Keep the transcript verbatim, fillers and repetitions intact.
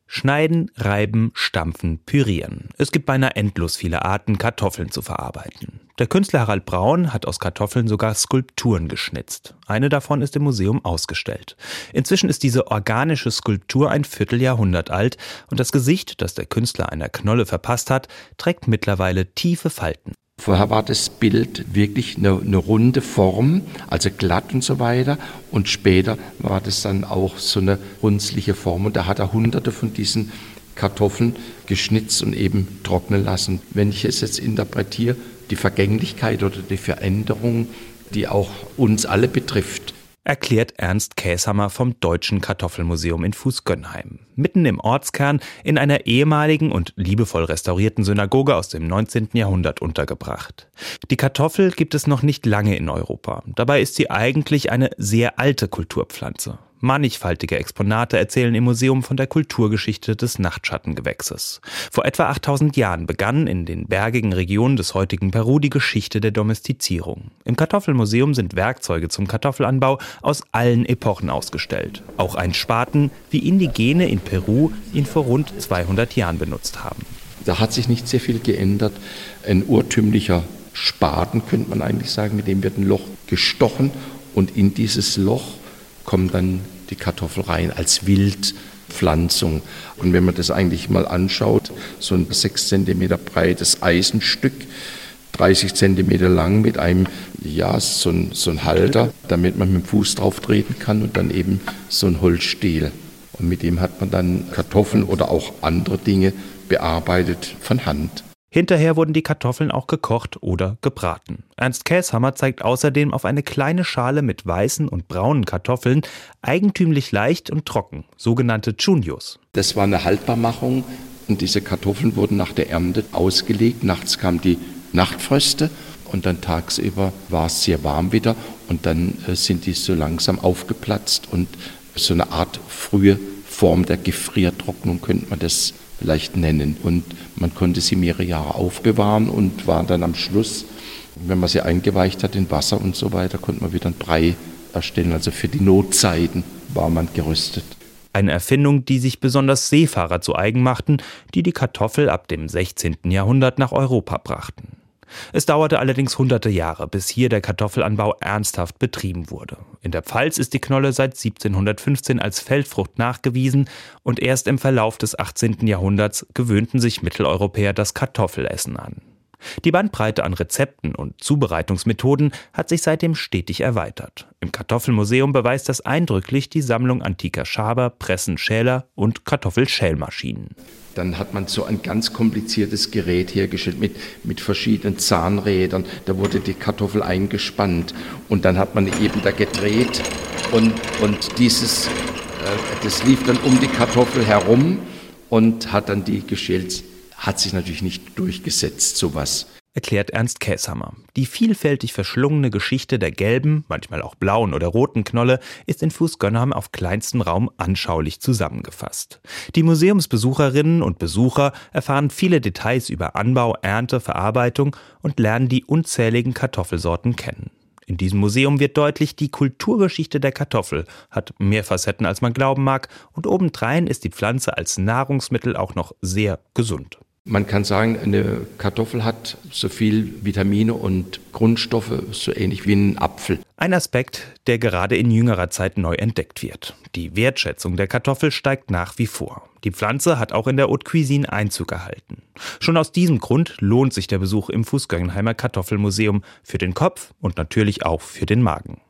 Schneiden, reiben, stampfen, pürieren. Es gibt beinahe endlos viele Arten, Kartoffeln zu verarbeiten. Der Künstler Harald Braun hat aus Kartoffeln sogar Skulpturen geschnitzt. Eine davon ist im Museum ausgestellt. Inzwischen ist diese organische Skulptur ein Vierteljahrhundert alt und das Gesicht, das der Künstler einer Knolle verpasst hat, trägt mittlerweile tiefe Falten. Vorher war das Bild wirklich eine, eine runde Form, also glatt und so weiter. Und später war das dann auch so eine runzliche Form. Und da hat er hunderte von diesen Kartoffeln geschnitzt und eben trocknen lassen. Wenn ich es jetzt interpretiere, die Vergänglichkeit oder die Veränderung, die auch uns alle betrifft. Erklärt Ernst Käshammer vom Deutschen Kartoffelmuseum in Fußgönnheim. Mitten im Ortskern in einer ehemaligen und liebevoll restaurierten Synagoge aus dem neunzehnten Jahrhundert untergebracht. Die Kartoffel gibt es noch nicht lange in Europa. Dabei ist sie eigentlich eine sehr alte Kulturpflanze. Mannigfaltige Exponate erzählen im Museum von der Kulturgeschichte des Nachtschattengewächses. Vor etwa achttausend Jahren begann in den bergigen Regionen des heutigen Peru die Geschichte der Domestizierung. Im Kartoffelmuseum sind Werkzeuge zum Kartoffelanbau aus allen Epochen ausgestellt. Auch ein Spaten, wie Indigene in Peru ihn vor rund zweihundert Jahren benutzt haben. Da hat sich nicht sehr viel geändert. Ein urtümlicher Spaten, könnte man eigentlich sagen, mit dem wird ein Loch gestochen und in dieses Loch kommt dann die Kartoffel rein als Wildpflanzung. Und wenn man das eigentlich mal anschaut, so ein sechs Zentimeter breites Eisenstück, dreißig Zentimeter lang mit einem, ja, so ein, so ein Halter, damit man mit dem Fuß drauf treten kann und dann eben so ein Holzstiel. Und mit dem hat man dann Kartoffeln oder auch andere Dinge bearbeitet von Hand. Hinterher wurden die Kartoffeln auch gekocht oder gebraten. Ernst Käshammer zeigt außerdem auf eine kleine Schale mit weißen und braunen Kartoffeln, eigentümlich leicht und trocken, sogenannte Chunios. Das war eine Haltbarmachung und diese Kartoffeln wurden nach der Ernte ausgelegt. Nachts kam die Nachtfröste und dann tagsüber war es sehr warm wieder und dann sind die so langsam aufgeplatzt und so eine Art frühe Form der Gefriertrocknung könnte man das vielleicht nennen. Und man konnte sie mehrere Jahre aufbewahren und war dann am Schluss, wenn man sie eingeweicht hat in Wasser und so weiter, konnte man wieder einen Brei erstellen. Also für die Notzeiten war man gerüstet. Eine Erfindung, die sich besonders Seefahrer zu eigen machten, die die Kartoffel ab dem sechzehnten Jahrhundert nach Europa brachten. Es dauerte allerdings hunderte Jahre, bis hier der Kartoffelanbau ernsthaft betrieben wurde. In der Pfalz ist die Knolle seit siebzehnhundertfünfzehn als Feldfrucht nachgewiesen und erst im Verlauf des achtzehnten Jahrhunderts gewöhnten sich Mitteleuropäer das Kartoffelessen an. Die Bandbreite an Rezepten und Zubereitungsmethoden hat sich seitdem stetig erweitert. Im Kartoffelmuseum beweist das eindrücklich die Sammlung antiker Schaber, Pressen, Schäler und Kartoffelschälmaschinen. Dann hat man so ein ganz kompliziertes Gerät hergestellt mit, mit verschiedenen Zahnrädern. Da wurde die Kartoffel eingespannt und dann hat man eben da gedreht und, und dieses, äh, das lief dann um die Kartoffel herum und hat dann die geschält. Hat sich natürlich nicht durchgesetzt, sowas. Erklärt Ernst Käshammer. Die vielfältig verschlungene Geschichte der gelben, manchmal auch blauen oder roten Knolle ist in Fußgönnheim auf kleinstem Raum anschaulich zusammengefasst. Die Museumsbesucherinnen und Besucher erfahren viele Details über Anbau, Ernte, Verarbeitung und lernen die unzähligen Kartoffelsorten kennen. In diesem Museum wird deutlich, die Kulturgeschichte der Kartoffel hat mehr Facetten, als man glauben mag, und obendrein ist die Pflanze als Nahrungsmittel auch noch sehr gesund. Man kann sagen, eine Kartoffel hat so viel Vitamine und Grundstoffe, so ähnlich wie ein Apfel. Ein Aspekt, der gerade in jüngerer Zeit neu entdeckt wird. Die Wertschätzung der Kartoffel steigt nach wie vor. Die Pflanze hat auch in der Haute Cuisine Einzug gehalten. Schon aus diesem Grund lohnt sich der Besuch im Fußgöngheimer Kartoffelmuseum für den Kopf und natürlich auch für den Magen.